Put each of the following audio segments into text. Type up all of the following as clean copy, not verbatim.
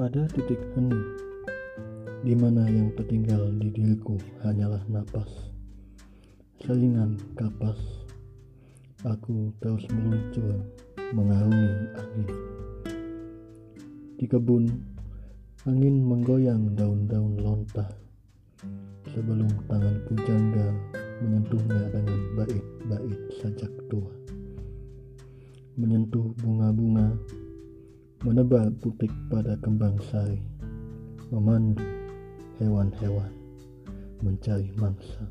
Ada titik hening, di mana yang tertinggal di diriku hanyalah napas. Selingan kapas, aku terus meluncur mengarungi angin. Di kebun, angin menggoyang daun-daun lontah, sebelum tanganku janggal menyentuhnya dengan bait-bait sajak tua. Menyentuh bunga-bunga, menebar putik pada kembang sari, memandu hewan-hewan mencari mangsa.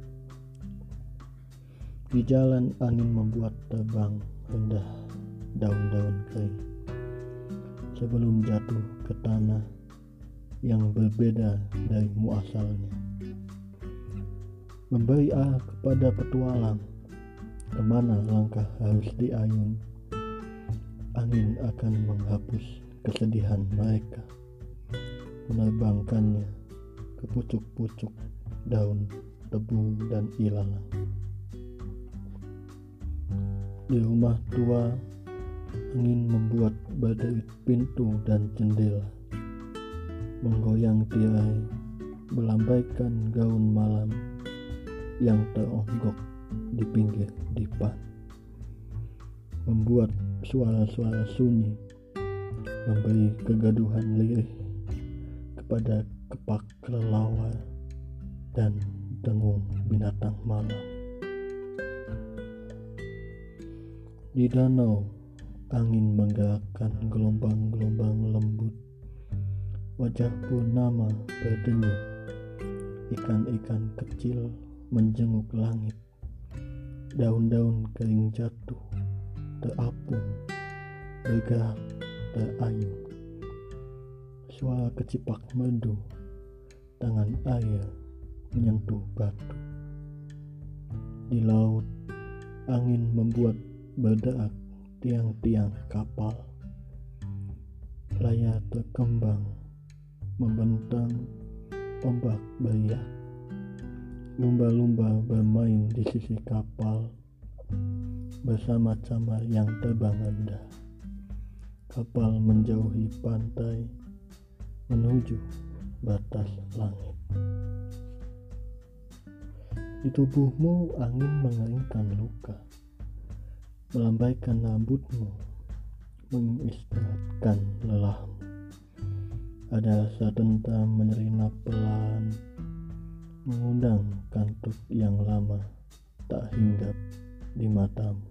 Di jalan angin membuat terbang rendah daun-daun kering, sebelum jatuh ke tanah yang berbeda dari muasalnya. Memberi arah kepada petualang, kemana langkah harus diayun. Angin akan menghapus kesedihan mereka, menerbangkannya ke pucuk-pucuk daun tebu dan ilalang. Di rumah tua, angin membuat berderet pintu dan jendela, menggoyang tirai, melambaikan gaun malam yang teronggok di pinggir dipan, membuat suara-suara sunyi, memberi kegaduhan lirih kepada kepak kelelawar dan dengung binatang malam. Di danau, angin menggerakkan gelombang-gelombang lembut, wajah purnama berdenyut, ikan-ikan kecil menjenguk langit, daun-daun kering jatuh, terapung, bergerak, terayun. Suara kecipak merdu, tangan air menyentuh batu. Di laut, angin membuat berderak tiang-tiang kapal. Layar terkembang, membentang, ombak beriak. Lumba-lumba bermain di sisi kapal, bersama camar yang terbang rendah. Kapal menjauhi pantai, menuju batas langit. Di tubuhmu angin mengeringkan luka, melambaikan rambutmu, mengistirahatkan lelahmu. Ada rasa tentram menyelinap pelan, mengundang kantuk yang lama tak hinggap di matamu.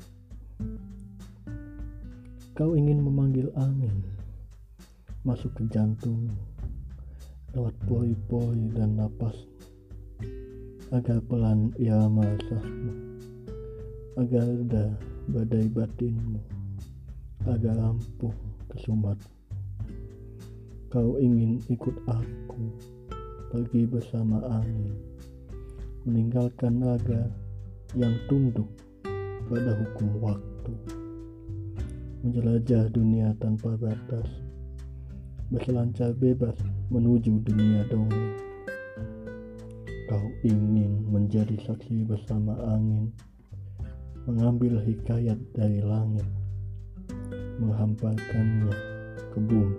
Kau ingin memanggil angin masuk ke jantungmu lewat pori-pori dan napasmu, agar pelan irama resahmu, agar reda badai batinmu, agar rampung kesumat. Kau ingin ikut aku pergi bersama angin, meninggalkan raga yang tunduk pada hukum waktu, menjelajah dunia tanpa batas, berselancar bebas menuju dunia dongeng. Kau ingin menjadi saksi bersama angin, mengambil hikayat dari langit, menghamparkannya ke bumi.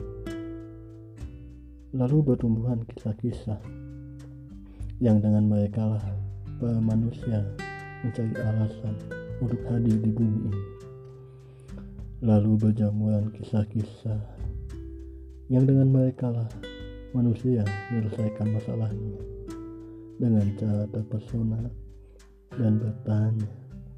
Lalu bertumbuhan kisah-kisah yang dengan mereka lah para manusia mencari alasan untuk hadir di bumi ini. Lalu berjamuran kisah-kisah yang dengan mereka lah manusia menyelesaikan masalahnya dengan cara terpesona dan bertanya.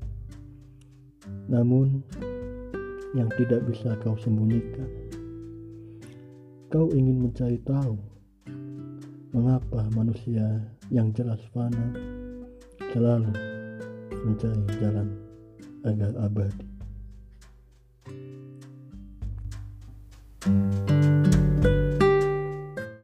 Namun yang tidak bisa kau sembunyikan, kau ingin mencari tahu mengapa manusia yang jelas fana selalu mencari jalan agar abadi.